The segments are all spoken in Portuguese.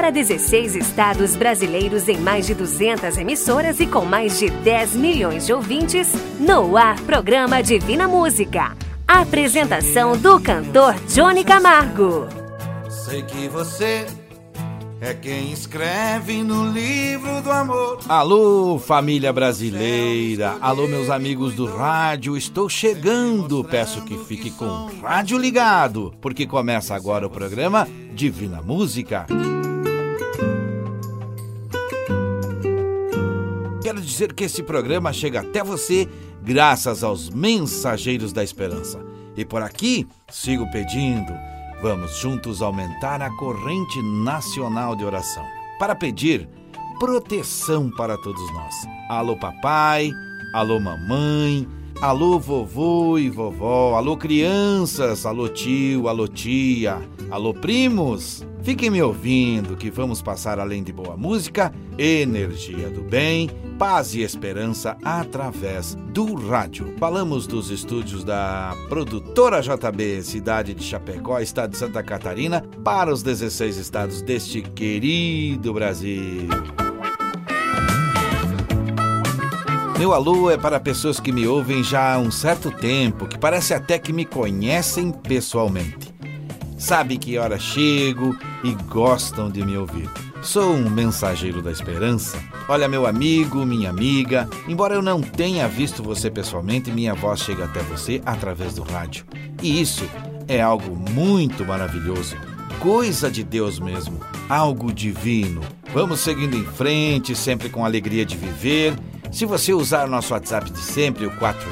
para 16 estados brasileiros em mais de 200 emissoras e com mais de 10 milhões de ouvintes, no ar programa Divina Música. Apresentação do cantor Johnny Camargo. Sei que você é quem escreve no livro do amor. Alô, família brasileira. Alô, meus amigos do rádio. Estou chegando. Peço que fique com o rádio ligado, porque começa agora o programa Divina Música. Quero dizer que esse programa chega até você graças aos Mensageiros da Esperança. E por aqui, sigo pedindo, vamos juntos aumentar a corrente nacional de oração para pedir proteção para todos nós. Alô papai, alô mamãe, alô vovô e vovó, alô crianças, alô tio, alô tia, alô primos. Fiquem me ouvindo que vamos passar, além de boa música, energia do bem, paz e esperança através do rádio. Falamos dos estúdios da produtora JB, cidade de Chapecó, estado de Santa Catarina, para os 16 estados deste querido Brasil. Meu alô é para pessoas que me ouvem já há um certo tempo, que parece até que me conhecem pessoalmente. Sabe que hora chego e gostam de me ouvir. Sou um mensageiro da esperança. Olha, meu amigo, minha amiga, embora eu não tenha visto você pessoalmente, minha voz chega até você através do rádio. E isso é algo muito maravilhoso, coisa de Deus mesmo, algo divino. Vamos seguindo em frente, sempre com alegria de viver. Se você usar o nosso WhatsApp de sempre, o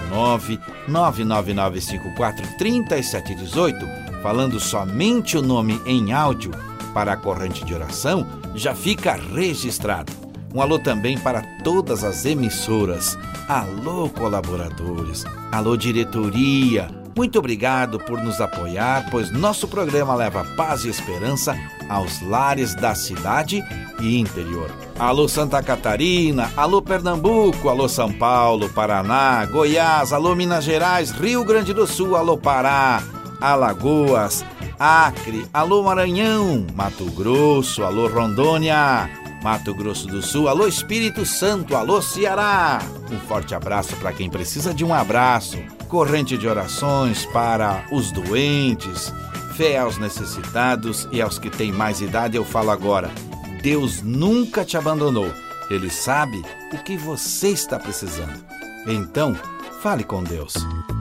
49999543718, falando somente o nome em áudio para a corrente de oração, já fica registrado. Um alô também para todas as emissoras. Alô, colaboradores. Alô, diretoria. Muito obrigado por nos apoiar, pois nosso programa leva paz e esperança aos lares da cidade e interior. Alô, Santa Catarina. Alô, Pernambuco. Alô, São Paulo, Paraná, Goiás. Alô, Minas Gerais, Rio Grande do Sul. Alô, Pará, Alagoas, Acre. Alô, Maranhão, Mato Grosso. Alô, Rondônia, Mato Grosso do Sul. Alô, Espírito Santo. Alô, Ceará. Um forte abraço para quem precisa de um abraço. Corrente de orações para os doentes, fé aos necessitados e aos que têm mais idade. Eu falo agora, Deus nunca te abandonou. Ele sabe o que você está precisando. Então, fale com Deus.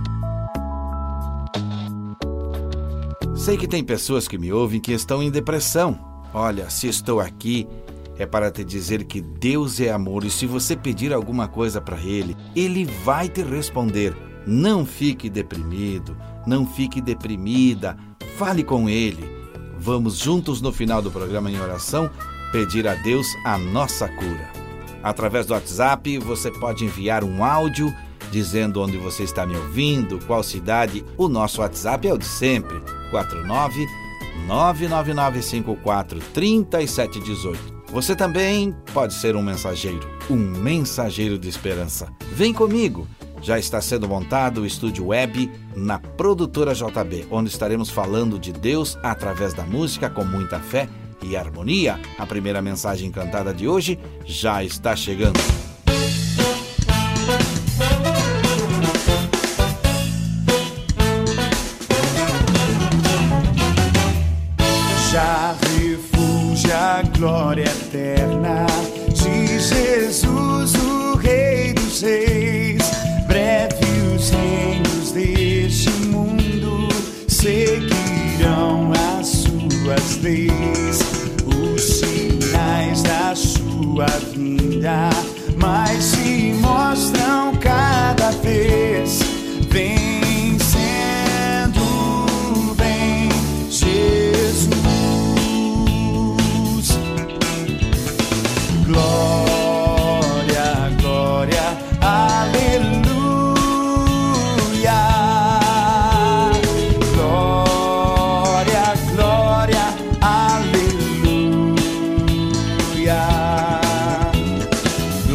Sei que tem pessoas que me ouvem que estão em depressão. Olha, se estou aqui, é para te dizer que Deus é amor e se você pedir alguma coisa para Ele, Ele vai te responder. Não fique deprimido, não fique deprimida, fale com Ele. Vamos juntos no final do programa em oração pedir a Deus a nossa cura. Através do WhatsApp você pode enviar um áudio dizendo onde você está me ouvindo, qual cidade. O nosso WhatsApp é o de sempre, 49999543718. Você também pode ser um mensageiro de esperança. Vem comigo! Já está sendo montado o estúdio web na produtora JB, onde estaremos falando de Deus através da música com muita fé e harmonia. A primeira mensagem cantada de hoje já está chegando. Já refúgio a glória eterna de Jesus, o Rei dos Reis. Breve os reinos deste mundo seguirão as suas leis, os sinais da sua vinda, mas se mostram cada vez. Vem sendo, vem Jesus. Glória, glória, aleluia. Glória, glória, aleluia.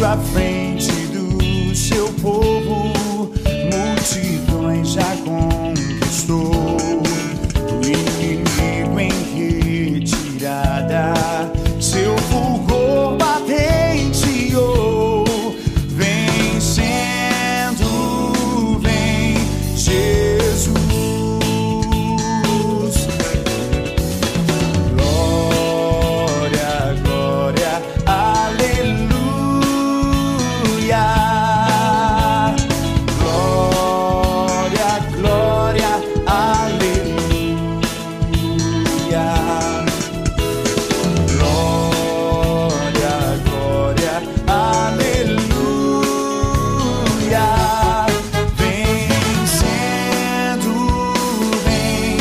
passo à frente do seu povo, multidões já conquistou. O inimigo em retirada, seu fulgor patenteou. Vencendo, vem Jesus. Glória, glória, aleluia. Glória, glória, aleluia. Glória, glória, aleluia. Vencendo, vem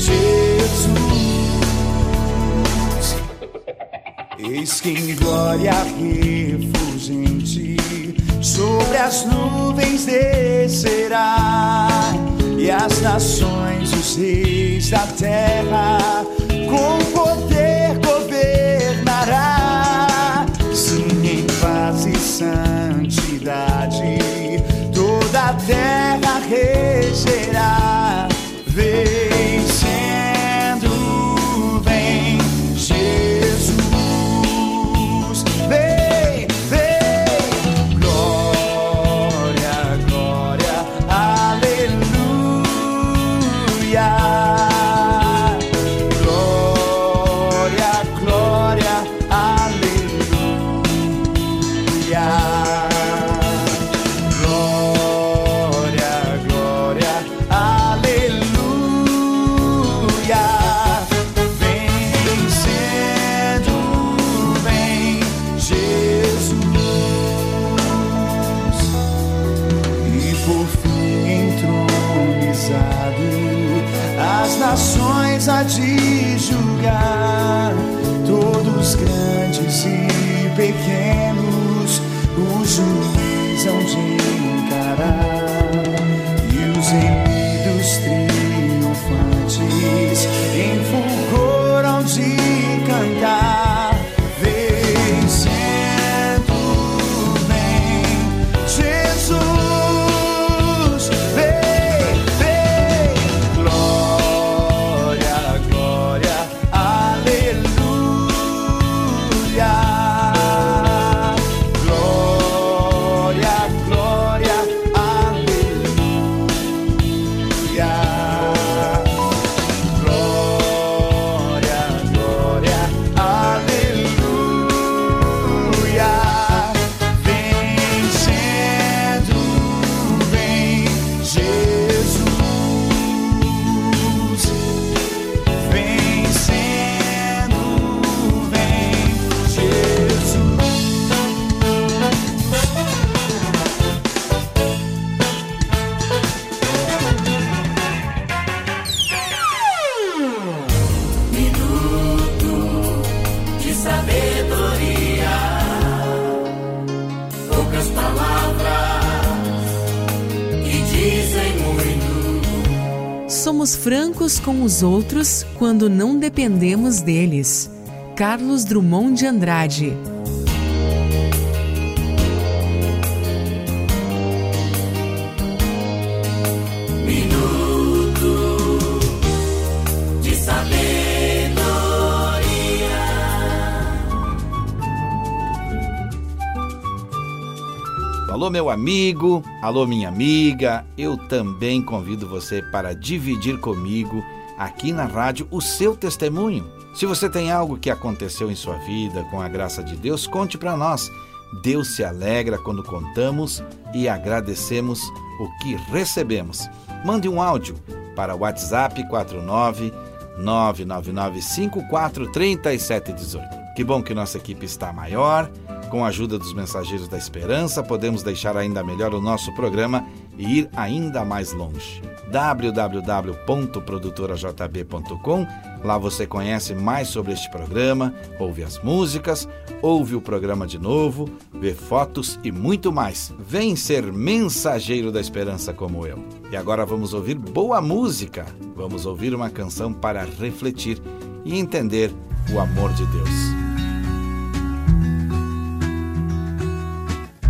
Jesus. Eis que em glória refulgente sobre as nuvens descerá, e as nações, os reis da terra, com poder governará. Sim, em paz e santidade, toda a terra regerá. Vencendo, vem Jesus. Vem, vem. Glória, glória, aleluia. Glória, glória, aleluia. Glória, glória, aleluia. Vencendo, vem Jesus. E por fim entronizado, as nações há de julgar, todos grandes e pequenos, o juiz hão de encarar. E os remidos triunfantes em fulgor hão de cantar. Vencendo, vem Jesus. Vem, vem. Glória, glória, aleluia. Glória, glória, aleluia. Glória, glória, aleluia. Vencendo, vem Jesus. Vencendo, vem Jesus. De sabedoria, poucas palavras que dizem muito. Somos francos com os outros quando não dependemos deles. Carlos Drummond de Andrade. Minuto de sabedoria. Alô, meu amigo, alô, minha amiga, eu também convido você para dividir comigo aqui na rádio o seu testemunho. Se você tem algo que aconteceu em sua vida, com a graça de Deus, conte para nós. Deus se alegra quando contamos e agradecemos o que recebemos. Mande um áudio para o WhatsApp 49999543718. Que bom que nossa equipe está maior. Com a ajuda dos Mensageiros da Esperança, podemos deixar ainda melhor o nosso programa e ir ainda mais longe. www.produtorajb.com. Lá você conhece mais sobre este programa, ouve as músicas, ouve o programa de novo, vê fotos e muito mais. Vem ser mensageiro da esperança como eu. E agora vamos ouvir boa música. Vamos ouvir uma canção para refletir e entender o amor de Deus.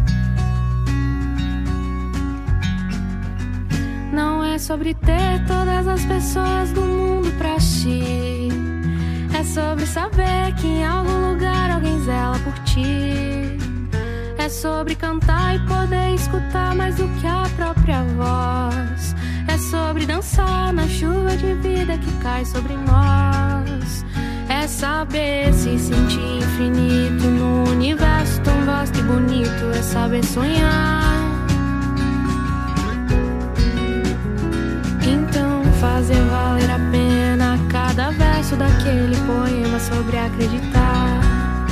sobre ter todas as pessoas do mundo pra ti. É sobre saber que em algum lugar alguém zela por ti. É sobre cantar e poder escutar mais do que a própria voz. É sobre dançar na chuva de vida que cai sobre nós. É saber se sentir infinito no universo tão vasto e bonito. É saber sonhar. Então fazer valer a pena cada verso daquele poema sobre acreditar.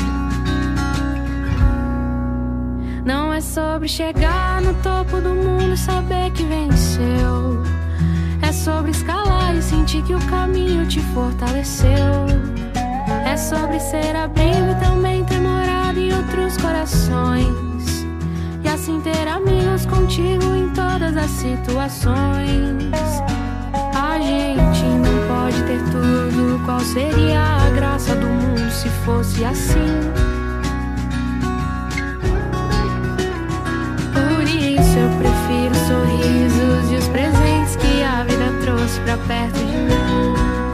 Não é sobre chegar no topo do mundo e saber que venceu. É sobre escalar e sentir que o caminho te fortaleceu. É sobre ser abrigo e também ter morado em outros corações. E assim ter amigos contigo em todas as situações. A gente não pode ter tudo. Qual seria a graça do mundo se fosse assim? Por isso eu prefiro os sorrisos e os presentes que a vida trouxe pra perto de mim.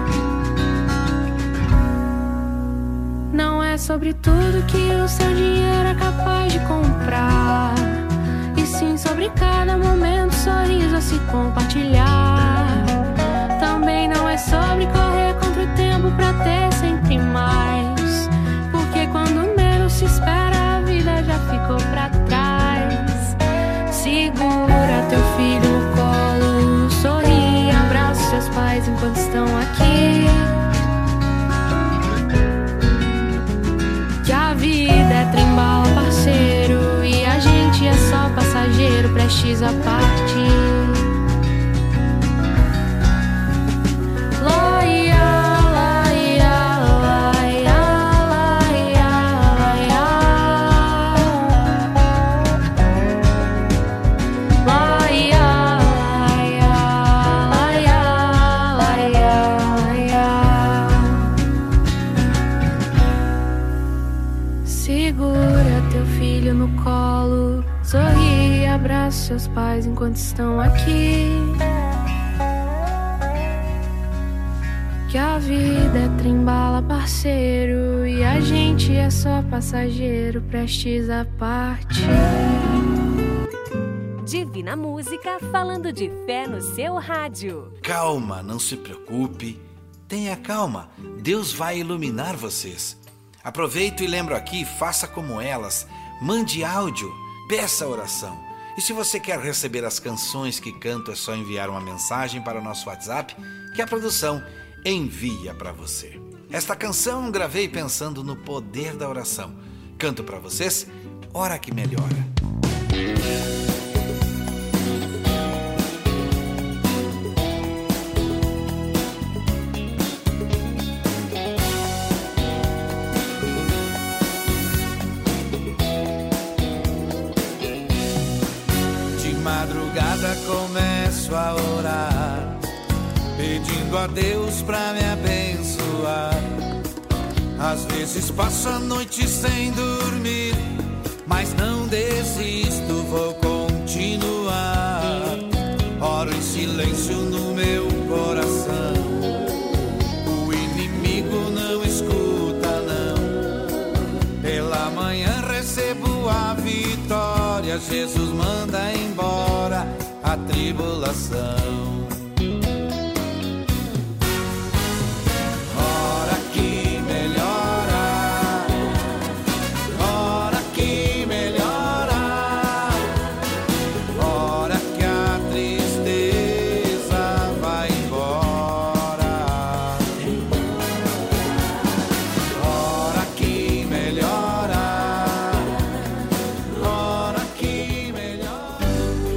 Não é sobre tudo que o seu dinheiro é capaz de comprar, e sim sobre cada momento, sorriso a se compartilhar. Também não é sobre correr contra o tempo pra ter sempre mais, porque quando menos se espera a vida já ficou pra trás. Segura teu filho no colo, sorri, abraça seus pais enquanto estão aqui. Que a vida é trem-bala, parceiro, e a gente é só passageiro, prestes a partir. Seus pais enquanto estão aqui. Que a vida é trem-bala, parceiro, e a gente é só passageiro, prestes a partir. Divina Música, falando de fé no seu rádio. Calma, não se preocupe. Tenha calma, Deus vai iluminar vocês. Aproveito e lembro aqui, faça como elas. Mande áudio, peça oração. E se você quer receber as canções que canto, é só enviar uma mensagem para o nosso WhatsApp, que a produção envia para você. Esta canção gravei pensando no poder da oração. Canto para vocês, Hora que Melhora. Começo a orar, pedindo a Deus pra me abençoar. Às vezes passo a noite sem dormir, mas não desisto, vou continuar. Oro em silêncio no meu coração, o inimigo não escuta não. Pela manhã recebo a vitória, Jesus manda embora a tribulação. Hora que melhora, hora que melhora, hora que a tristeza vai embora. Hora que melhora, hora que melhora.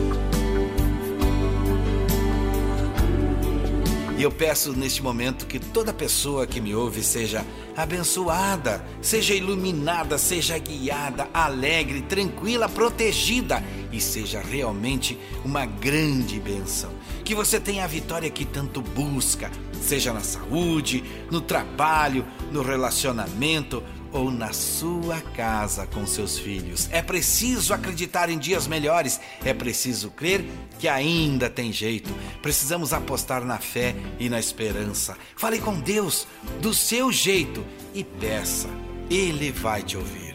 E eu peço neste momento que toda pessoa que me ouve seja abençoada, seja iluminada, seja guiada, alegre, tranquila, protegida e seja realmente uma grande bênção. Que você tenha a vitória que tanto busca, seja na saúde, no trabalho, no relacionamento ou na sua casa com seus filhos. É preciso acreditar em dias melhores. É preciso crer que ainda tem jeito. Precisamos apostar na fé e na esperança. Fale com Deus do seu jeito e peça. Ele vai te ouvir.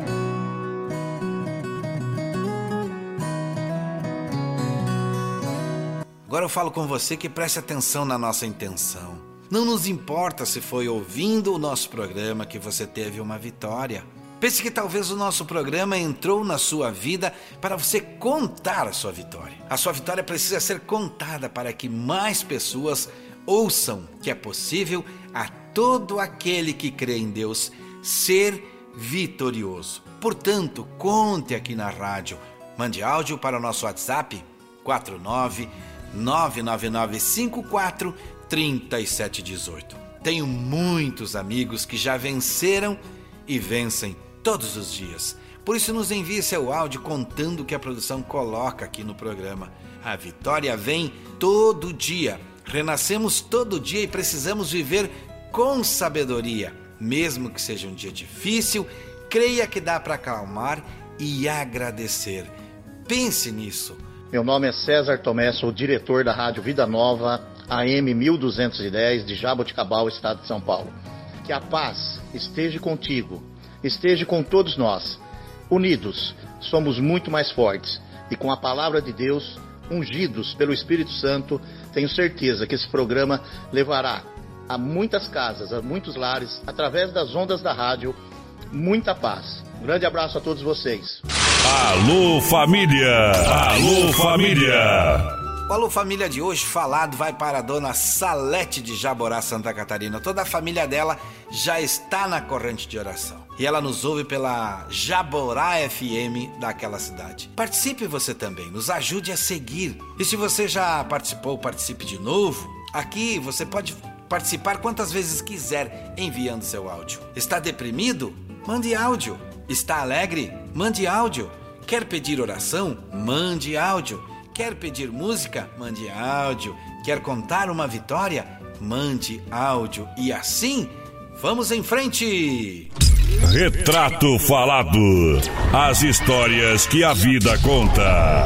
Agora eu falo com você que preste atenção na nossa intenção. Não nos importa se foi ouvindo o nosso programa que você teve uma vitória. Pense que talvez o nosso programa entrou na sua vida para você contar a sua vitória. A sua vitória precisa ser contada para que mais pessoas ouçam que é possível a todo aquele que crê em Deus ser vitorioso. Portanto, conte aqui na rádio. Mande áudio para o nosso WhatsApp 49999543718. Tenho muitos amigos que já venceram e vencem todos os dias. Por isso nos envie seu áudio contando o que a produção coloca aqui no programa. A vitória vem todo dia. Renascemos todo dia e precisamos viver com sabedoria. Mesmo que seja um dia difícil, creia que dá para acalmar e agradecer. Pense nisso. Meu nome é César Tomé, sou diretor da Rádio Vida Nova, AM 1210 de Jaboticabal, estado de São Paulo. Que a paz esteja contigo, esteja com todos nós. Unidos, somos muito mais fortes e com a palavra de Deus, ungidos pelo Espírito Santo, tenho certeza que esse programa levará a muitas casas, a muitos lares, através das ondas da rádio, muita paz. Um grande abraço a todos vocês. Alô família! Alô família! O Alô Família de hoje falado vai para a dona Salete de Jaborá, Santa Catarina. Toda a família dela já está na corrente de oração. E ela nos ouve pela Jaborá FM daquela cidade. Participe você também, nos ajude a seguir. E se você já participou, participe de novo. Aqui você pode participar quantas vezes quiser enviando seu áudio. Está deprimido? Mande áudio. Está alegre? Mande áudio. Quer pedir oração? Mande áudio. Quer pedir música? Mande áudio. Quer contar uma vitória? Mande áudio. E assim, vamos em frente! Retrato Falado. As histórias que a vida conta.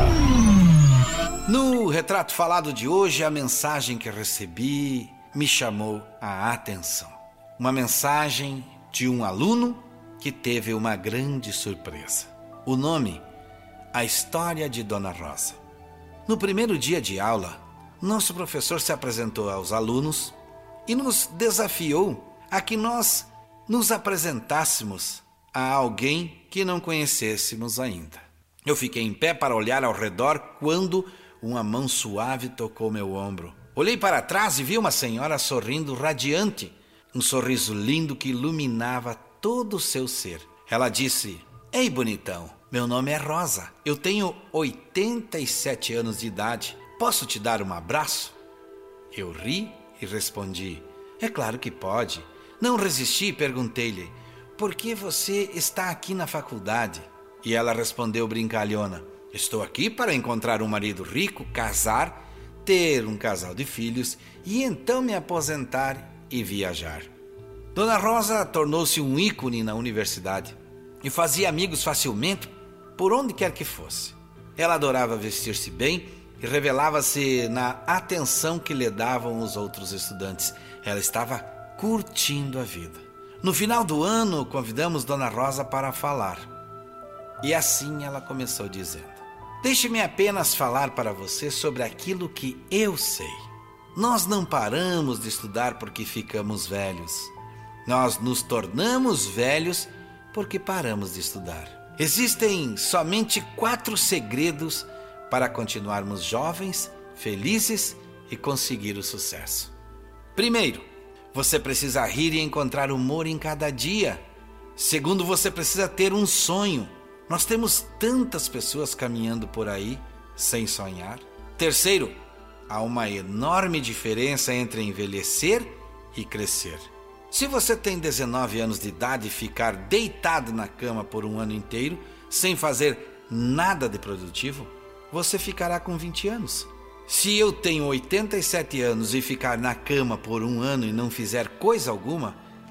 No Retrato Falado de hoje, a mensagem que recebi me chamou a atenção. Uma mensagem de um aluno que teve uma grande surpresa. O nome, A História de Dona Rosa. No primeiro dia de aula, nosso professor se apresentou aos alunos e nos desafiou a que nós nos apresentássemos a alguém que não conhecêssemos ainda. Eu fiquei em pé para olhar ao redor quando uma mão suave tocou meu ombro. Olhei para trás e vi uma senhora sorrindo radiante, um sorriso lindo que iluminava todo o seu ser. Ela disse: "Ei, bonitão, meu nome é Rosa. Eu tenho 87 anos de idade. Posso te dar um abraço?" Eu ri e respondi: "É claro que pode." Não resisti e perguntei-lhe: "Por que você está aqui na faculdade?" E ela respondeu brincalhona: "Estou aqui para encontrar um marido rico, casar, ter um casal de filhos e então me aposentar e viajar." Dona Rosa tornou-se um ícone na universidade e fazia amigos facilmente por onde quer que fosse. Ela adorava vestir-se bem e revelava-se na atenção que lhe davam os outros estudantes. Ela estava curtindo a vida. No final do ano, convidamos Dona Rosa para falar. E assim ela começou dizendo: "Deixe-me apenas falar para você sobre aquilo que eu sei. Nós não paramos de estudar porque ficamos velhos. Nós nos tornamos velhos porque paramos de estudar. Existem somente 4 segredos para continuarmos jovens, felizes e conseguir o sucesso. Primeiro, você precisa rir e encontrar humor em cada dia. Segundo, você precisa ter um sonho. Nós temos tantas pessoas caminhando por aí sem sonhar. Terceiro, há uma enorme diferença entre envelhecer e crescer. Se você tem 19 anos de idade e ficar deitado na cama por um ano inteiro, sem fazer nada de produtivo, você ficará com 20 anos. Se eu tenho 87 anos e ficar na cama por um ano e não fizer coisa alguma,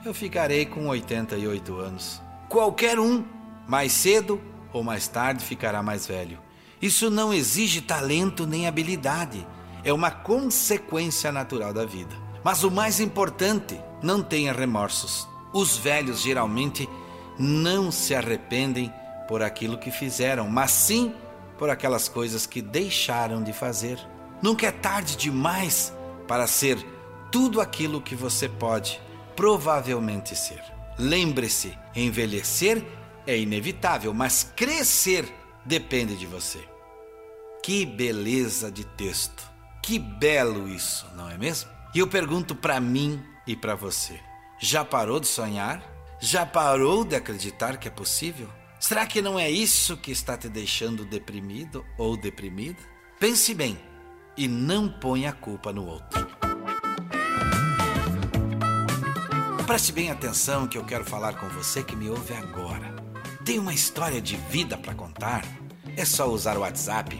eu ficarei com 88 anos. Qualquer um, mais cedo ou mais tarde, ficará mais velho. Isso não exige talento nem habilidade. É uma consequência natural da vida. Mas o mais importante, não tenha remorsos. Os velhos geralmente não se arrependem por aquilo que fizeram, mas sim por aquelas coisas que deixaram de fazer. Nunca é tarde demais para ser tudo aquilo que você pode provavelmente ser. Lembre-se, envelhecer é inevitável, mas crescer depende de você. Que beleza de texto! Que belo isso, não é mesmo? E eu pergunto para mim e para você: já parou de sonhar? Já parou de acreditar que é possível? Será que não é isso que está te deixando deprimido ou deprimida? Pense bem e não ponha a culpa no outro. Preste bem atenção que eu quero falar com você que me ouve agora. Tem uma história de vida para contar? É só usar o WhatsApp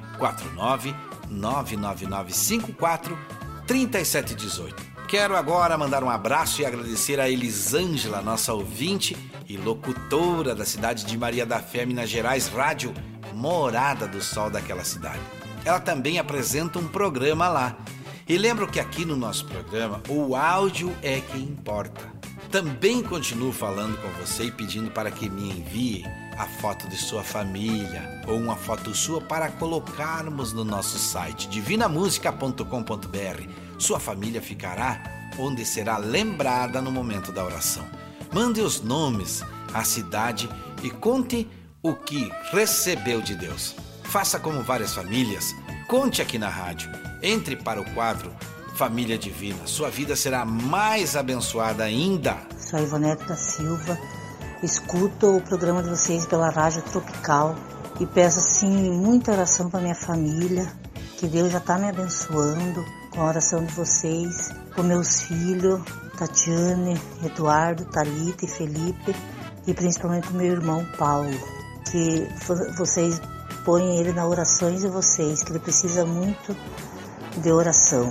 49999543718. Quero agora mandar um abraço e agradecer a Elisângela, nossa ouvinte e locutora da cidade de Maria da Fé, Minas Gerais, rádio Morada do Sol daquela cidade. Ela também apresenta um programa lá. E lembro que aqui no nosso programa, o áudio é que importa. Também continuo falando com você e pedindo para que me envie a foto de sua família ou uma foto sua para colocarmos no nosso site divinamusica.com.br. Sua família ficará onde será lembrada no momento da oração. Mande os nomes, a cidade e conte o que recebeu de Deus. Faça como várias famílias, conte aqui na rádio. Entre para o quadro Família Divina. Sua vida será mais abençoada ainda. Sou a Ivonete da Silva. Escuto o programa de vocês pela Rádio Tropical e peço assim muita oração para minha família, que Deus já está me abençoando com a oração de vocês, com meus filhos, Tatiane, Eduardo, Thalita e Felipe, e principalmente com meu irmão Paulo, que vocês põem ele nas orações de vocês, que ele precisa muito de oração.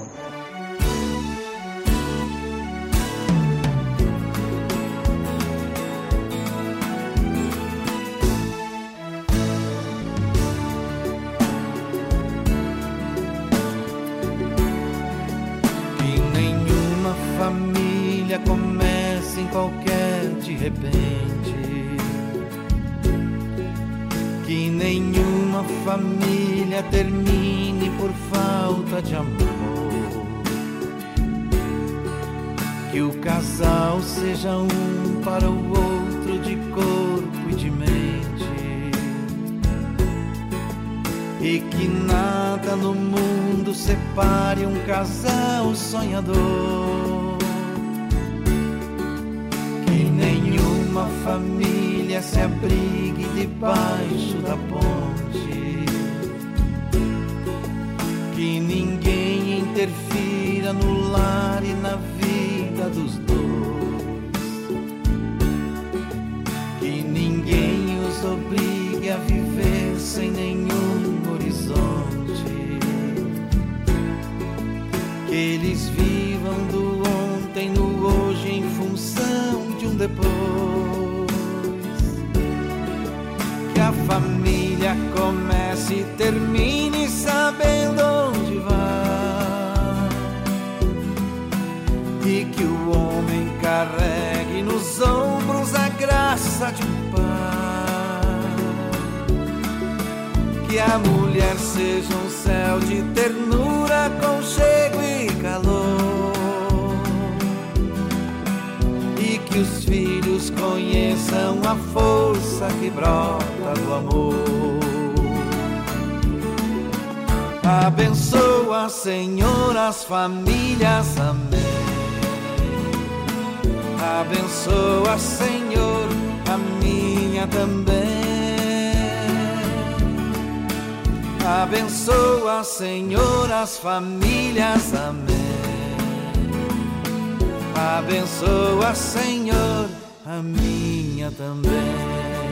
Comece em qualquer de repente, que nenhuma família termine por falta de amor, que o casal seja um para o outro de corpo e de mente, e que nada no mundo separe um casal sonhador. Nenhuma família se abrigue debaixo da ponte, que ninguém interfira no lar e na vida dos dois, que ninguém os obrigue a viver sem nenhum horizonte, que eles vivam do ontem no hoje em função de um depois, que a família comece e termine sabendo onde vai, e que o homem carregue nos ombros a graça de um pai, que a mulher seja um céu de ternura, aconchego e calor, que os filhos conheçam a força que brota do amor. Abençoa, Senhor, as famílias, amém. Abençoa, Senhor, a minha também. Abençoa, Senhor, as famílias, amém. Abençoa, Senhor, a minha também.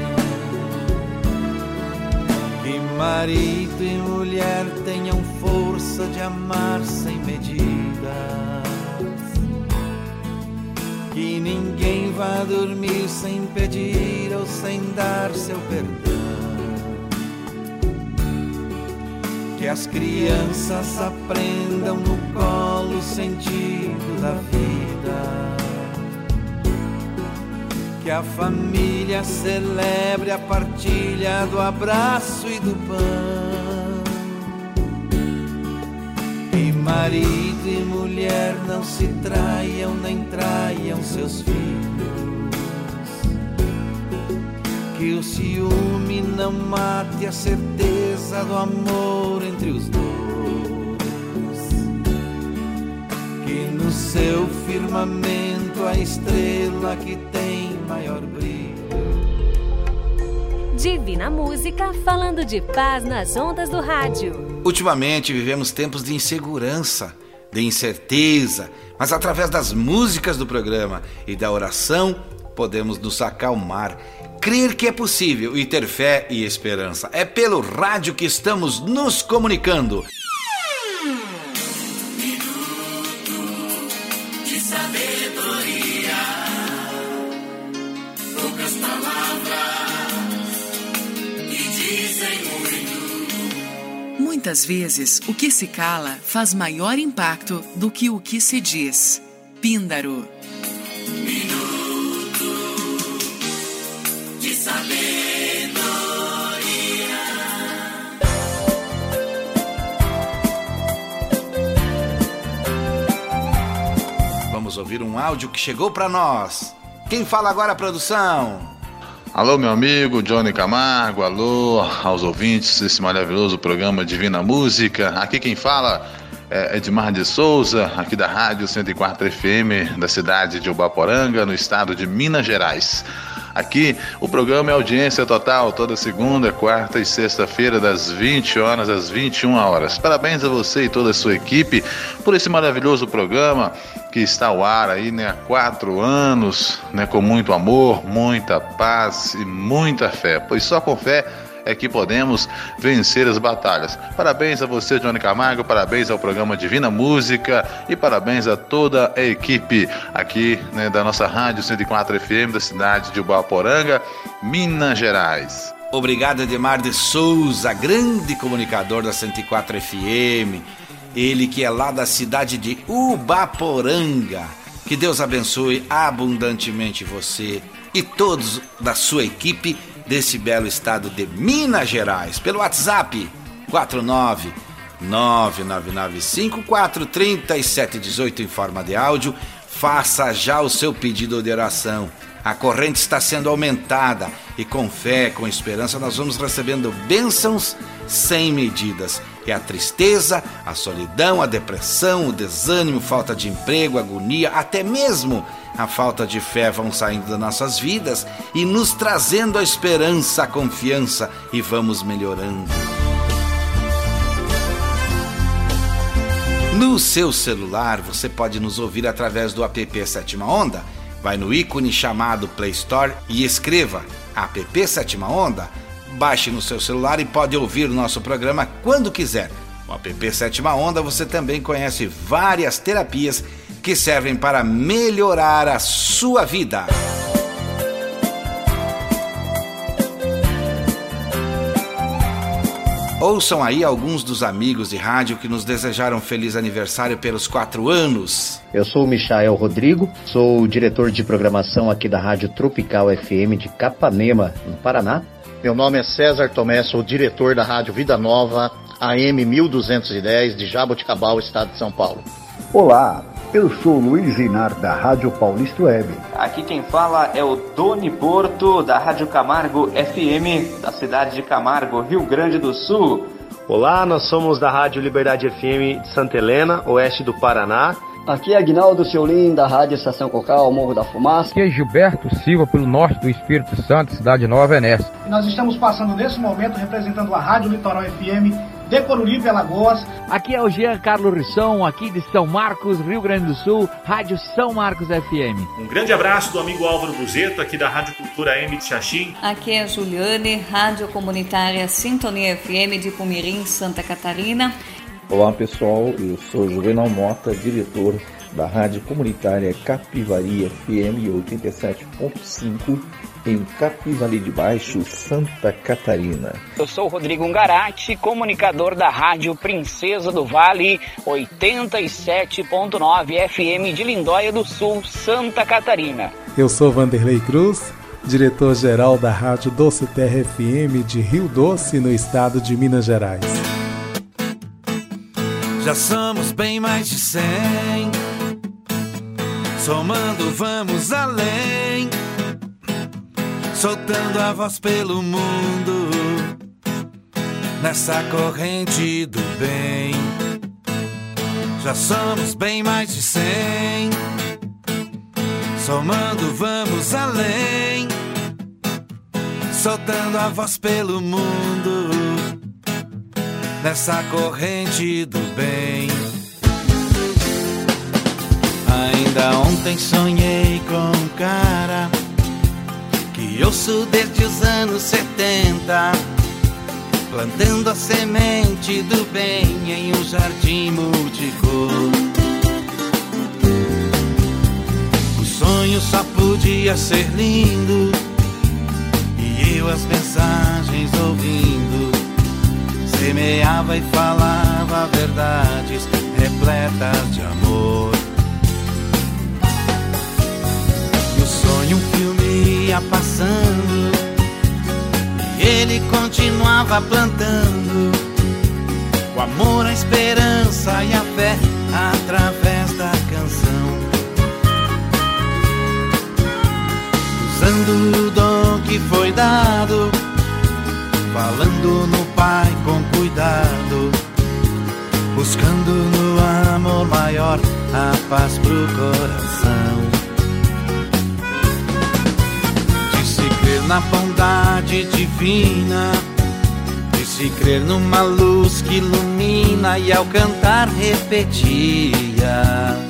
Que marido e mulher tenham força de amar sem medidas, Que ninguém vá dormir sem pedir ou sem dar seu perdão. Que as crianças aprendam no colo o sentido da vida. Que a família celebre a partilha do abraço e do pão. Que marido e mulher não se traiam nem traiam seus filhos. Que o ciúme não mate a certeza do amor entre os dois. Que no seu firmamento a estrela que tem maior brilho. Divina Música, falando de paz nas ondas do rádio. Ultimamente vivemos tempos de insegurança, de incerteza, mas através das músicas do programa e da oração podemos nos acalmar, crer que é possível e ter fé e esperança. É pelo rádio que estamos nos comunicando. Minuto de sabedoria, poucas palavras que dizem muito. Muitas vezes, o que se cala faz maior impacto do que o que se diz. Píndaro. Minuto de sabedoria. Vamos ouvir um áudio que chegou para nós. Quem fala agora, produção? Alô, meu amigo Johnny Camargo, alô aos ouvintes desse maravilhoso programa Divina Música. Aqui quem fala é Edmar de Souza, aqui da Rádio 104 FM, da cidade de Ubaporanga, no estado de Minas Gerais. Aqui o programa é audiência total, toda segunda, quarta e sexta-feira, das 20 horas às 21 horas. Parabéns a você e toda a sua equipe por esse maravilhoso programa que está ao ar aí, né, há 4 anos, né, com muito amor, muita paz e muita fé, pois só com fé é que podemos vencer as batalhas. Parabéns a você, Johnny Camargo, parabéns ao programa Divina Música e parabéns a toda a equipe aqui, né, da nossa Rádio 104 FM da cidade de Ubaporanga, Minas Gerais. Obrigado, Edmar de Souza, grande comunicador da 104 FM. Ele que é lá da cidade de Ubaporanga. Que Deus abençoe abundantemente você e todos da sua equipe desse belo estado de Minas Gerais. Pelo WhatsApp 49999543718 em forma de áudio. Faça já o seu pedido de oração. A corrente está sendo aumentada e com fé, com esperança, nós vamos recebendo bênçãos sem medidas. E a tristeza, a solidão, a depressão, o desânimo, falta de emprego, agonia, até mesmo a falta de fé vão saindo das nossas vidas e nos trazendo a esperança, a confiança, e vamos melhorando. No seu celular você pode nos ouvir através do app Sétima Onda. Vai no ícone chamado Play Store e escreva app Sétima Onda. Baixe no seu celular e pode ouvir o nosso programa quando quiser. No app Sétima Onda você também conhece várias terapias que servem para melhorar a sua vida. Ouçam aí alguns dos amigos de rádio que nos desejaram feliz aniversário pelos 4 anos. Eu sou o Michael Rodrigo, sou o diretor de programação aqui da Rádio Tropical FM de Capanema, no Paraná. Meu nome é César Tomé, sou o diretor da Rádio Vida Nova, AM 1210, de Jaboticabal, estado de São Paulo. Olá, eu sou Luiz Inar, da Rádio Paulista Web. Aqui quem fala é o Doni Porto, da Rádio Camargo FM, da cidade de Camargo, Rio Grande do Sul. Olá, nós somos da Rádio Liberdade FM de Santa Helena, oeste do Paraná. Aqui é Aguinaldo Seolim, da Rádio Estação Cocal, Morro da Fumaça. Aqui é Gilberto Silva, pelo norte do Espírito Santo, cidade Nova Venécia. Nós estamos passando nesse momento representando a Rádio Litoral FM de Coruripe, Alagoas. Aqui é o Jean Carlos Risson, aqui de São Marcos, Rio Grande do Sul, Rádio São Marcos FM. Um grande abraço do amigo Álvaro Buzeto, aqui da Rádio Cultura M de Xaxim. Aqui é a Juliane, Rádio Comunitária Sintonia FM de Pumirim, Santa Catarina. Olá pessoal, eu sou Juvenal Mota, diretor da Rádio Comunitária Capivari FM 87.5 em Capivari de Baixo, Santa Catarina. Eu sou Rodrigo Ungarati, comunicador da Rádio Princesa do Vale 87.9 FM de Lindóia do Sul, Santa Catarina. Eu sou Vanderlei Cruz, diretor-geral da Rádio Doce Terra FM de Rio Doce, no estado de Minas Gerais. Já somos bem mais de 100, somando vamos além, soltando a voz pelo mundo, nessa corrente do bem. Já somos bem mais de 100, somando vamos além, soltando a voz pelo mundo, nessa corrente do bem. Ainda ontem sonhei com um cara que ouço desde os anos 70, plantando a semente do bem em um jardim multicor. O sonho só podia ser lindo e eu as mensagens ouvindo, semeava e falava verdades repletas de amor. No sonho um filme ia passando e ele continuava plantando o amor, a esperança e a fé através da canção, usando o dom que foi dado, falando no Pai com cuidado, buscando no amor maior a paz pro coração. Disse crer na bondade divina, disse crer numa luz que ilumina, e ao cantar repetia,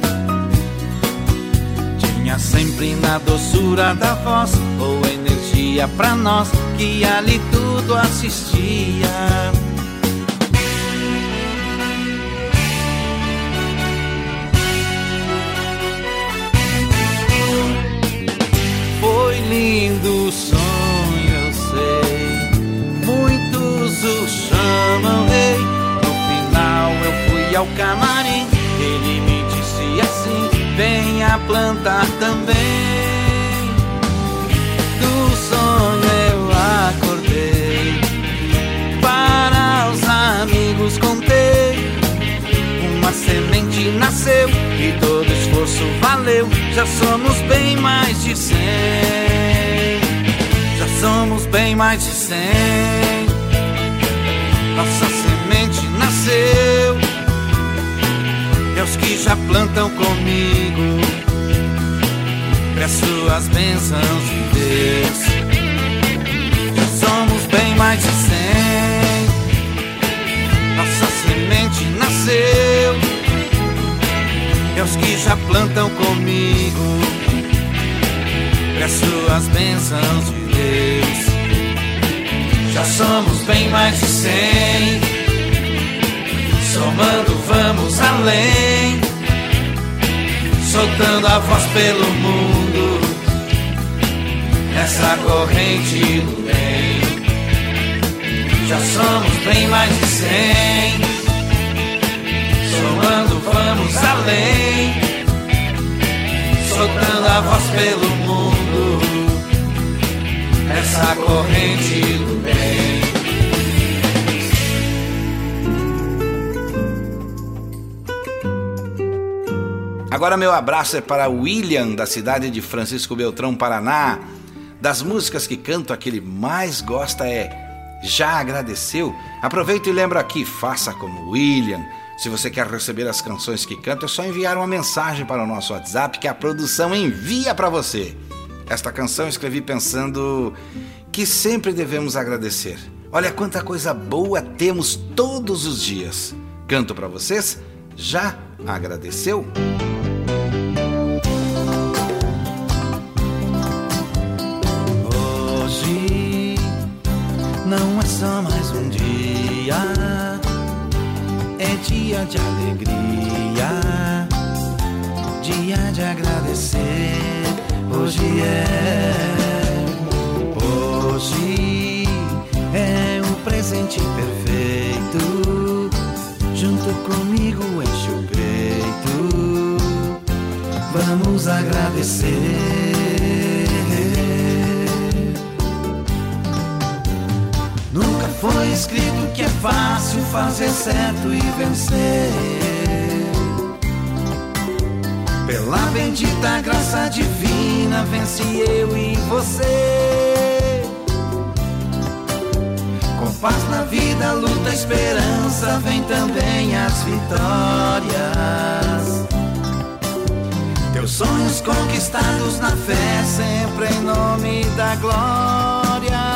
tinha sempre na doçura da voz boa energia pra nós que ali tudo assistia. Foi lindo o sonho, eu sei, muitos o chamam rei. No final eu fui ao camarim, ele me disse assim: venha plantar também. Do sonho eu acordei, para os amigos contei, uma semente nasceu e todo esforço valeu. Já somos bem mais de 100, já somos bem mais de 100. Nossa semente nasceu, e aos que já plantam comigo, peço as bênçãos de Deus. Já somos bem mais de 100, nossa semente nasceu, e aos que já plantam comigo, peço as bênçãos de Deus. Já somos bem mais de 100, somando vamos além, soltando a voz pelo mundo, nessa corrente do bem. Já somos bem mais de 100, somando vamos além, soltando a voz pelo mundo, nessa corrente do bem. Agora meu abraço é para William, da cidade de Francisco Beltrão, Paraná. Das músicas que canto, a que ele mais gosta é Já Agradeceu? Aproveito e lembro aqui, faça como William. Se você quer receber as canções que canto, é só enviar uma mensagem para o nosso WhatsApp que a produção envia para você. Esta canção eu escrevi pensando que sempre devemos agradecer. Olha quanta coisa boa temos todos os dias. Canto para vocês, Já Agradeceu? Não é só mais um dia, é dia de alegria, dia de agradecer. Hoje é o presente perfeito. Junto comigo enche o peito. Vamos agradecer. Nunca foi escrito que é fácil fazer certo e vencer. Pela bendita graça divina vence eu e você. Com paz na vida, luta, esperança, vem também as vitórias. Teus sonhos conquistados na fé, sempre em nome da glória.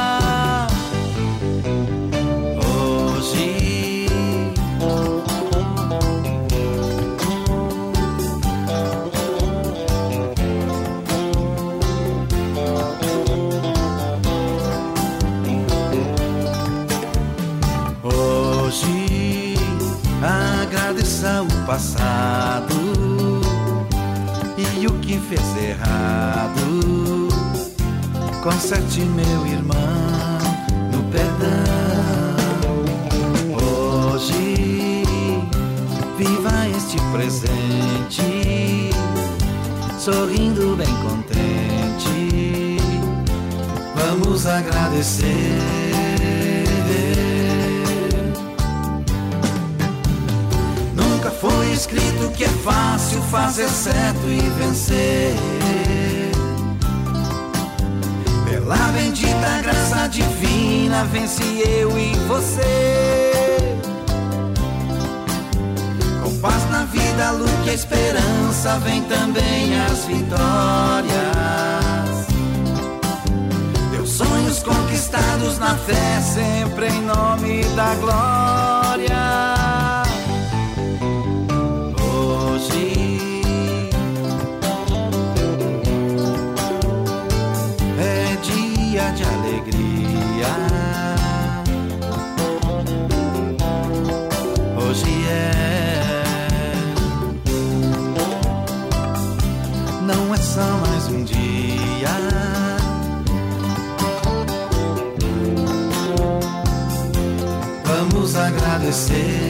Hoje agradeça o passado e o que fez errado. Conserte, meu irmão, no perdão. Hoje viva este presente, sorrindo bem contente. Vamos agradecer. Foi escrito que é fácil fazer certo e vencer. Pela bendita graça divina vence eu e você. Com paz na vida, luz e esperança, vem também as vitórias. Teus sonhos conquistados na fé, sempre em nome da glória. É dia de alegria. Hoje não é só mais um dia. Vamos agradecer.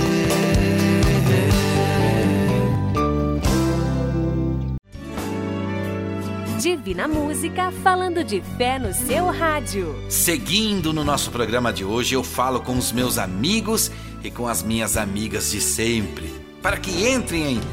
Divina Música, falando de fé no seu rádio. Seguindo no nosso programa de hoje, eu falo com os meus amigos e com as minhas amigas de sempre, para que entrem em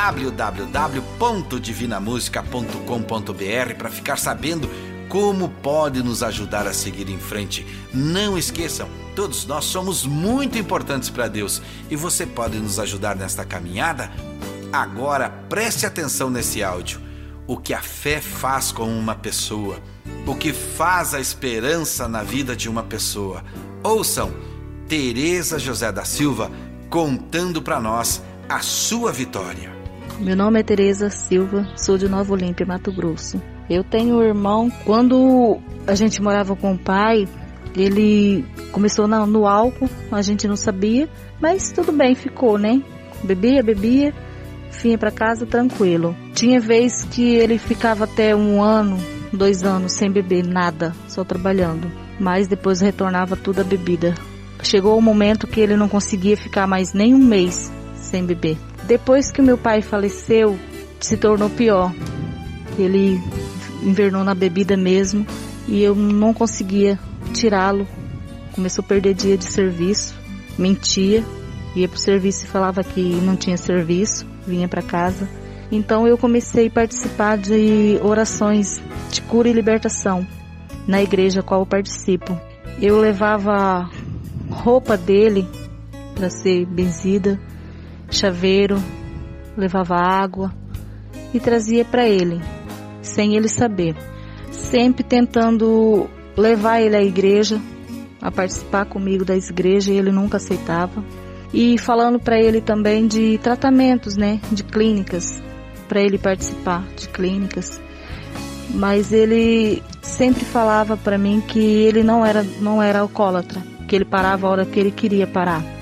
www.divinamusica.com.br para ficar sabendo como pode nos ajudar a seguir em frente. Não esqueçam, todos nós somos muito importantes para Deus e você pode nos ajudar nesta caminhada. Agora preste atenção nesse áudio. O que a fé faz com uma pessoa, o que faz a esperança na vida de uma pessoa. Ouçam Tereza José da Silva contando para nós a sua vitória. Meu nome é Tereza Silva, sou de Nova Olímpia, Mato Grosso. Eu tenho um irmão, quando a gente morava com o pai, ele começou no álcool, a gente não sabia, mas tudo bem, ficou, né? Bebia, vinha para casa tranquilo. Tinha vez que ele ficava até 1 ano, 2 anos sem beber nada, só trabalhando. Mas depois retornava tudo a bebida. Chegou o momento que ele não conseguia ficar mais nem 1 mês sem beber. Depois que meu pai faleceu, se tornou pior. Ele invernou na bebida mesmo e eu não conseguia tirá-lo. Começou a perder dia de serviço, mentia, ia pro serviço e falava que não tinha serviço, vinha para casa. Então eu comecei a participar de orações de cura e libertação na igreja a qual eu participo. Eu levava roupa dele para ser benzida, chaveiro, levava água e trazia para ele, sem ele saber. Sempre tentando levar ele à igreja, a participar comigo da igreja, e ele nunca aceitava. E falando para ele também de tratamentos, né, de clínicas, para ele participar de clínicas. Mas ele sempre falava para mim que ele não era alcoólatra, que ele parava a hora que ele queria parar.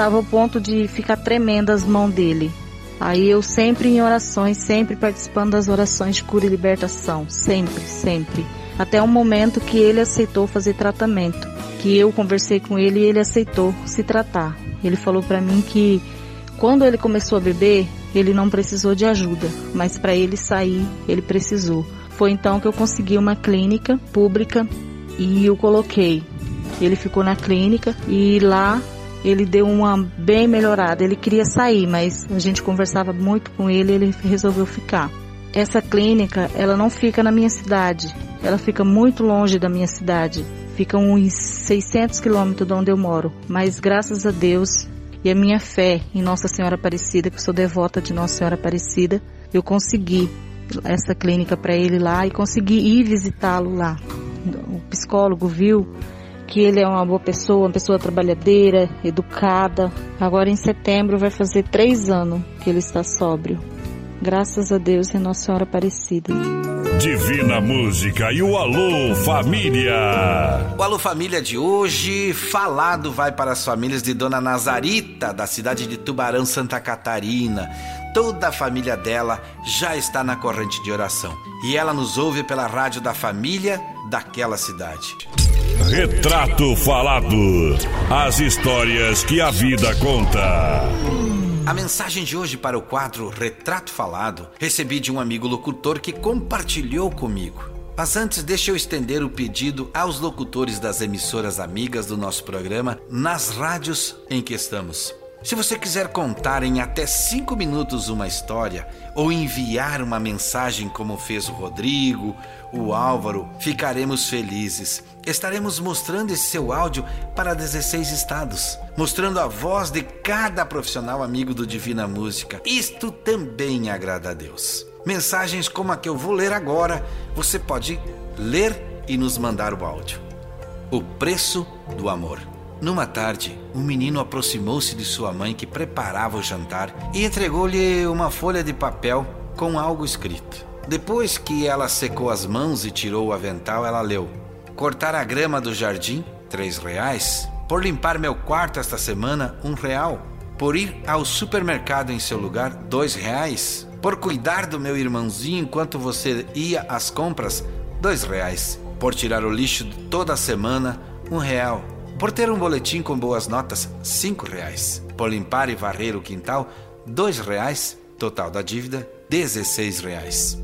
estava ao ponto de ficar tremendo as mãos dele. Aí eu sempre em orações, sempre participando das orações de cura e libertação, sempre. Até o momento que ele aceitou fazer tratamento, que eu conversei com ele e ele aceitou se tratar. Ele falou para mim que quando ele começou a beber, ele não precisou de ajuda, mas para ele sair, ele precisou. Foi então que eu consegui uma clínica pública e eu coloquei. Ele ficou na clínica e lá ele deu uma bem melhorada. Ele queria sair, mas a gente conversava muito com ele e ele resolveu ficar. Essa clínica, ela não fica na minha cidade. Ela fica muito longe da minha cidade. Fica uns 600 quilômetros de onde eu moro. Mas graças a Deus e a minha fé em Nossa Senhora Aparecida, que eu sou devota de Nossa Senhora Aparecida, eu consegui essa clínica para ele lá e consegui ir visitá-lo lá. O psicólogo viu que ele é uma boa pessoa, uma pessoa trabalhadeira, educada. Agora em setembro vai fazer 3 anos que ele está sóbrio. Graças a Deus e a Nossa Senhora Aparecida. Divina Música e o Alô Família. O Alô Família de hoje, falado vai para as famílias de Dona Nazarita, da cidade de Tubarão, Santa Catarina. Toda a família dela já está na corrente de oração. E ela nos ouve pela rádio da família daquela cidade. Retrato Falado. As histórias que a vida conta. A mensagem de hoje para o quadro Retrato Falado recebi de um amigo locutor que compartilhou comigo. Mas antes, deixa eu estender o pedido aos locutores das emissoras amigas do nosso programa nas rádios em que estamos. Se você quiser contar em até 5 minutos uma história ou enviar uma mensagem como fez o Rodrigo, o Álvaro, ficaremos felizes. Estaremos mostrando esse seu áudio para 16 estados, mostrando a voz de cada profissional amigo do Divina Música. Isto também agrada a Deus. Mensagens como a que eu vou ler agora, você pode ler e nos mandar o áudio. O preço do amor. Numa tarde, um menino aproximou-se de sua mãe que preparava o jantar e entregou-lhe uma folha de papel com algo escrito. Depois que ela secou as mãos e tirou o avental, ela leu: cortar a grama do jardim, R$3. Por limpar meu quarto esta semana, R$1. Por ir ao supermercado em seu lugar, R$2. Por cuidar do meu irmãozinho enquanto você ia às compras, R$2. Por tirar o lixo toda semana, R$1. Por ter um boletim com boas notas, R$5. Por limpar e varrer o quintal, R$2. Total da dívida, R$16.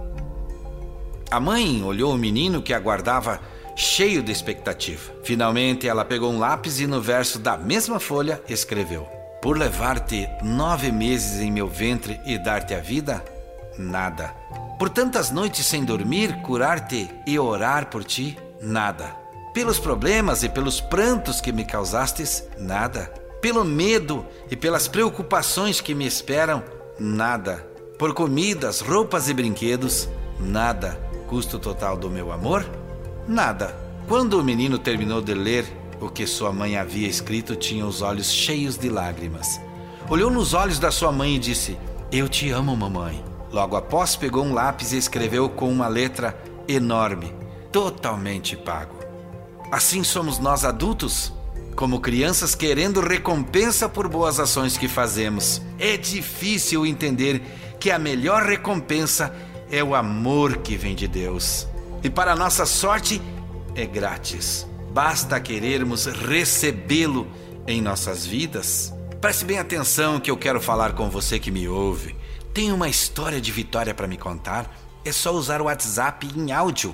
A mãe olhou o menino que aguardava cheio de expectativa. Finalmente ela pegou um lápis e no verso da mesma folha escreveu: por levar-te 9 meses em meu ventre e dar-te a vida, nada. Por tantas noites sem dormir, curar-te e orar por ti, nada. Pelos problemas e pelos prantos que me causastes, nada. Pelo medo e pelas preocupações que me esperam, nada. Por comidas, roupas e brinquedos, nada. Custo total do meu amor, nada. Quando o menino terminou de ler o que sua mãe havia escrito, tinha os olhos cheios de lágrimas. Olhou nos olhos da sua mãe e disse: eu te amo, mamãe. Logo após, pegou um lápis e escreveu com uma letra enorme: totalmente pago. Assim somos nós adultos, como crianças querendo recompensa por boas ações que fazemos. É difícil entender que a melhor recompensa é o amor que vem de Deus. E para nossa sorte, é grátis. Basta querermos recebê-lo em nossas vidas. Preste bem atenção que eu quero falar com você que me ouve. Tem uma história de vitória para me contar? É só usar o WhatsApp em áudio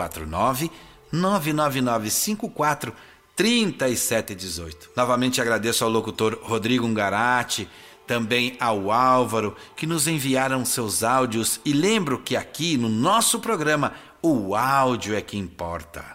49999543718. Novamente agradeço ao locutor Rodrigo Ungarati, também ao Álvaro, que nos enviaram seus áudios, e lembro que aqui no nosso programa o áudio é que importa.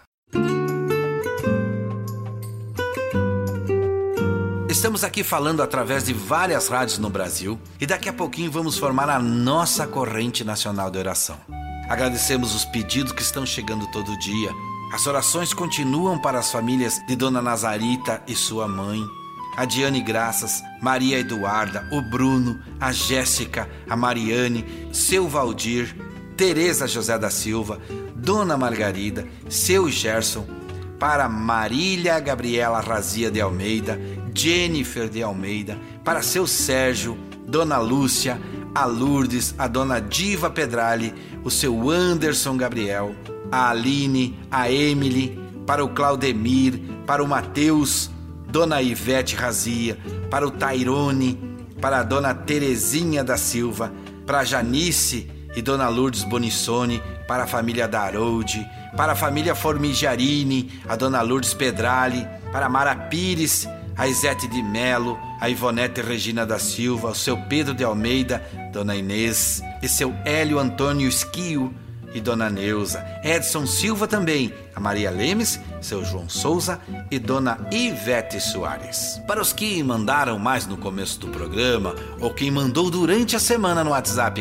Estamos aqui falando através de várias rádios no Brasil e daqui a pouquinho vamos formar a nossa corrente nacional de oração. Agradecemos os pedidos que estão chegando todo dia. As orações continuam para as famílias de Dona Nazarita e sua mãe, a Diane Graças, Maria Eduarda, o Bruno, a Jéssica, a Mariane, seu Valdir, Tereza José da Silva, Dona Margarida, seu Gerson, para Marília Gabriela Razia de Almeida, Jennifer de Almeida, para seu Sérgio, Dona Lúcia, a Lourdes, a Dona Diva Pedrali, o seu Anderson Gabriel, a Aline, a Emily, para o Claudemir, para o Mateus, Dona Ivete Razia, para o Tairone, para a Dona Terezinha da Silva, para a Janice e Dona Lourdes Bonissoni, para a família Daroldi, para a família Formigiarini, a Dona Lourdes Pedrali, para a Mara Pires, a Isete de Melo, a Ivonete Regina da Silva, o seu Pedro de Almeida, Dona Inês, e seu Hélio Antônio Esquio e Dona Neuza, Edson Silva também, a Maria Lemes, seu João Souza e Dona Ivete Soares. Para os que mandaram mais no começo do programa ou quem mandou durante a semana no WhatsApp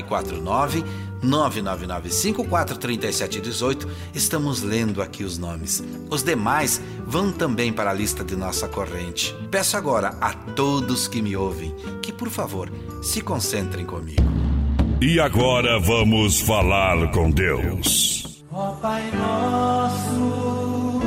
49999543718, estamos lendo aqui os nomes. Os demais vão também para a lista de nossa corrente. Peço agora a todos que me ouvem que, por favor, se concentrem comigo. E agora vamos falar com Deus. Ó Pai nosso,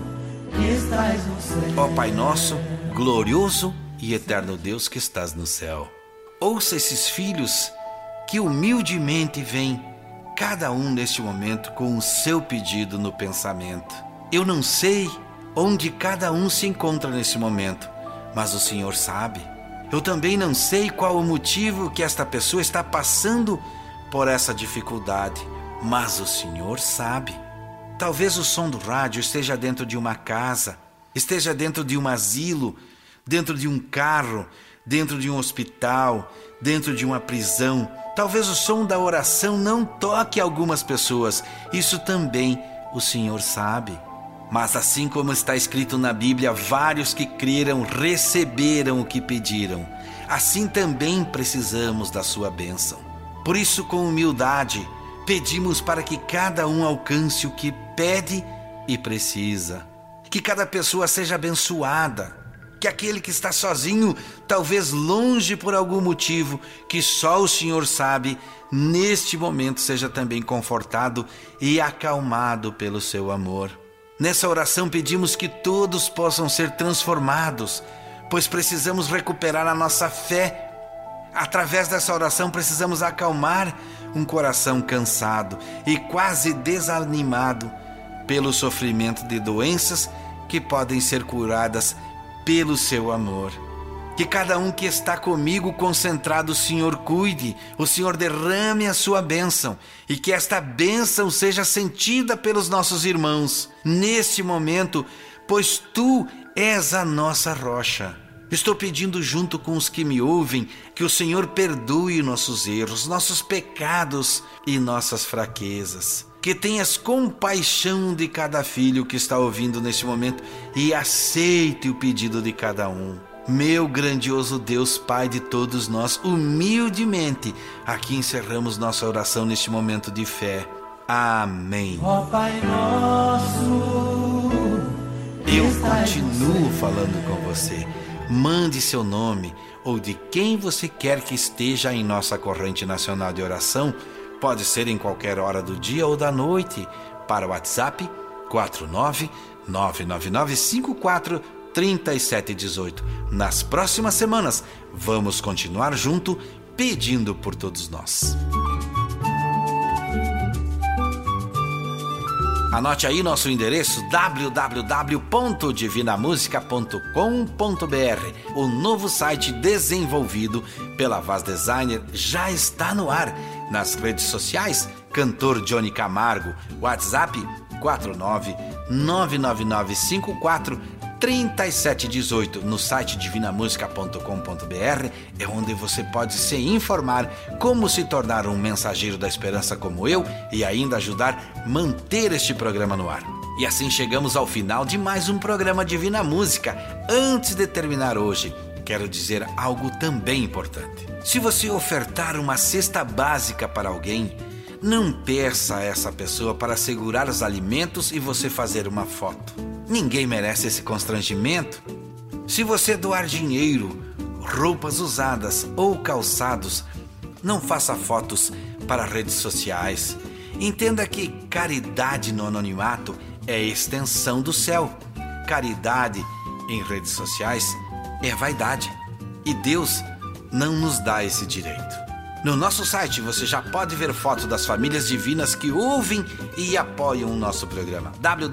que estás no céu. Ó Pai nosso, glorioso e eterno Deus que estás no céu. Ouça esses filhos que humildemente vêm, cada um neste momento com o seu pedido no pensamento. Eu não sei onde cada um se encontra nesse momento, mas o Senhor sabe. Eu também não sei qual o motivo que esta pessoa está passando por essa dificuldade, mas o Senhor sabe. Talvez o som do rádio esteja dentro de uma casa, esteja dentro de um asilo, dentro de um carro, dentro de um hospital, dentro de uma prisão. Talvez o som da oração não toque algumas pessoas. Isso também o Senhor sabe. Mas assim como está escrito na Bíblia, vários que creram receberam o que pediram. Assim também precisamos da sua bênção. Por isso, com humildade, pedimos para que cada um alcance o que pede e precisa. Que cada pessoa seja abençoada. Que aquele que está sozinho, talvez longe por algum motivo, que só o Senhor sabe, neste momento seja também confortado e acalmado pelo seu amor. Nessa oração pedimos que todos possam ser transformados, pois precisamos recuperar a nossa fé. Através dessa oração precisamos acalmar um coração cansado e quase desanimado pelo sofrimento de doenças que podem ser curadas pelo seu amor. Que cada um que está comigo concentrado, o Senhor cuide, o Senhor derrame a sua bênção e que esta bênção seja sentida pelos nossos irmãos neste momento, pois Tu és a nossa rocha. Estou pedindo junto com os que me ouvem que o Senhor perdoe nossos erros, nossos pecados e nossas fraquezas. Que tenhas compaixão de cada filho que está ouvindo neste momento e aceite o pedido de cada um. Meu grandioso Deus, Pai de todos nós, humildemente, aqui encerramos nossa oração neste momento de fé. Amém. Ó Pai nosso, eu continuo falando com você. Mande seu nome ou de quem você quer que esteja em nossa corrente nacional de oração. Pode ser em qualquer hora do dia ou da noite, para o WhatsApp 49999543718. Nas próximas semanas, vamos continuar junto, pedindo por todos nós. Anote aí nosso endereço www.divinamusica.com.br. O novo site desenvolvido pela Vaz Designer já está no ar. Nas redes sociais, Cantor Johnny Camargo, WhatsApp 49999543718. No site divinamusica.com.br é onde você pode se informar como se tornar um mensageiro da esperança como eu e ainda ajudar a manter este programa no ar. E assim chegamos ao final de mais um programa Divina Música. Antes de terminar hoje, quero dizer algo também importante. Se você ofertar uma cesta básica para alguém, não peça a essa pessoa para segurar os alimentos e você fazer uma foto. Ninguém merece esse constrangimento. Se você doar dinheiro, roupas usadas ou calçados, não faça fotos para redes sociais. Entenda que caridade no anonimato é extensão do céu. Caridade em redes sociais é vaidade. E Deus não nos dá esse direito. No nosso site você já pode ver fotos das famílias divinas que ouvem e apoiam o nosso programa.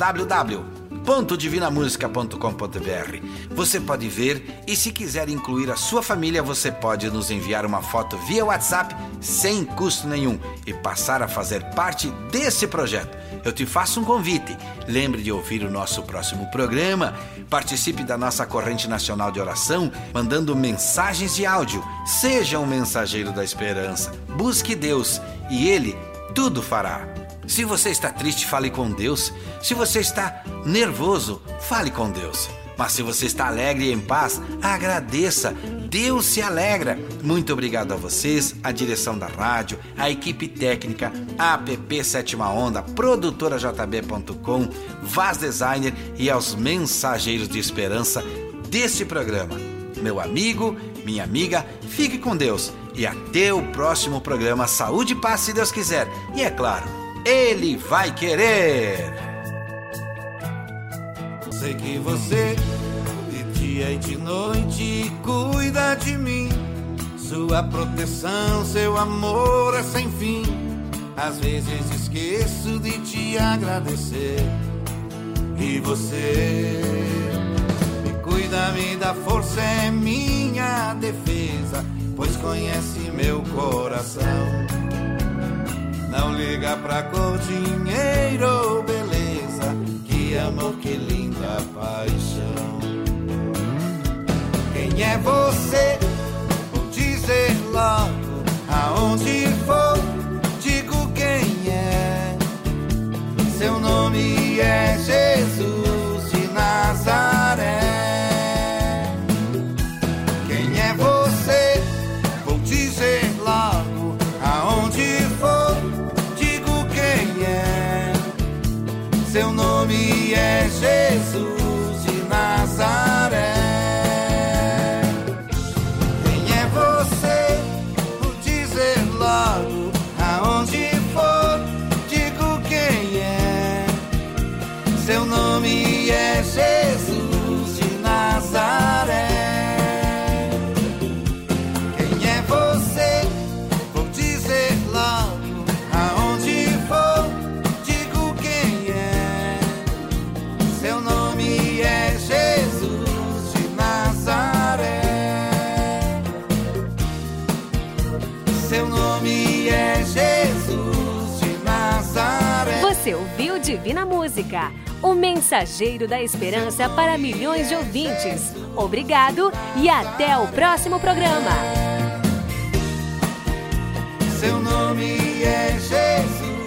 www.divinamusica.com.br. Você pode ver e, se quiser incluir a sua família, você pode nos enviar uma foto via WhatsApp sem custo nenhum e passar a fazer parte desse projeto. Eu te faço um convite. Lembre de ouvir o nosso próximo programa. Participe da nossa corrente nacional de oração, mandando mensagens de áudio. Seja um mensageiro da esperança. Busque Deus e Ele tudo fará. Se você está triste, fale com Deus. Se você está nervoso, fale com Deus. Mas se você está alegre e em paz, agradeça. Deus se alegra. Muito obrigado a vocês, a direção da rádio, a equipe técnica, a app Sétima Onda, produtora JB.com, Vaz Designer e aos mensageiros de esperança desse programa. Meu amigo, minha amiga, fique com Deus. E até o próximo programa. Saúde e paz, se Deus quiser. E é claro, Ele vai querer. Sei que você, de dia e de noite, cuida de mim. Sua proteção, seu amor é sem fim. Às vezes esqueço de te agradecer. E você me cuida, me dá força, é minha defesa, pois conhece meu coração. Não liga pra cor, dinheiro ou beleza, que amor, que linda paixão. Quem é você? Vou dizer logo. Aonde for, digo quem é. Seu nome é Jesus de Nazaré. Quem é você? Vou dizer logo. Aonde for, digo quem é. Seu nome é Jesus de Nazaré. Quem é você? Vou dizer logo. Aonde for, digo quem é. Seu nome é Jesus de Nazaré. Quem é você? Vou dizer logo. Aonde for, digo quem é. Seu nome é Jesus de Nazaré. Seu nome é Jesus de Nazaré. Você ouviu Divina Música, o mensageiro da esperança para milhões de ouvintes. Obrigado e até o próximo programa. Seu nome é Jesus.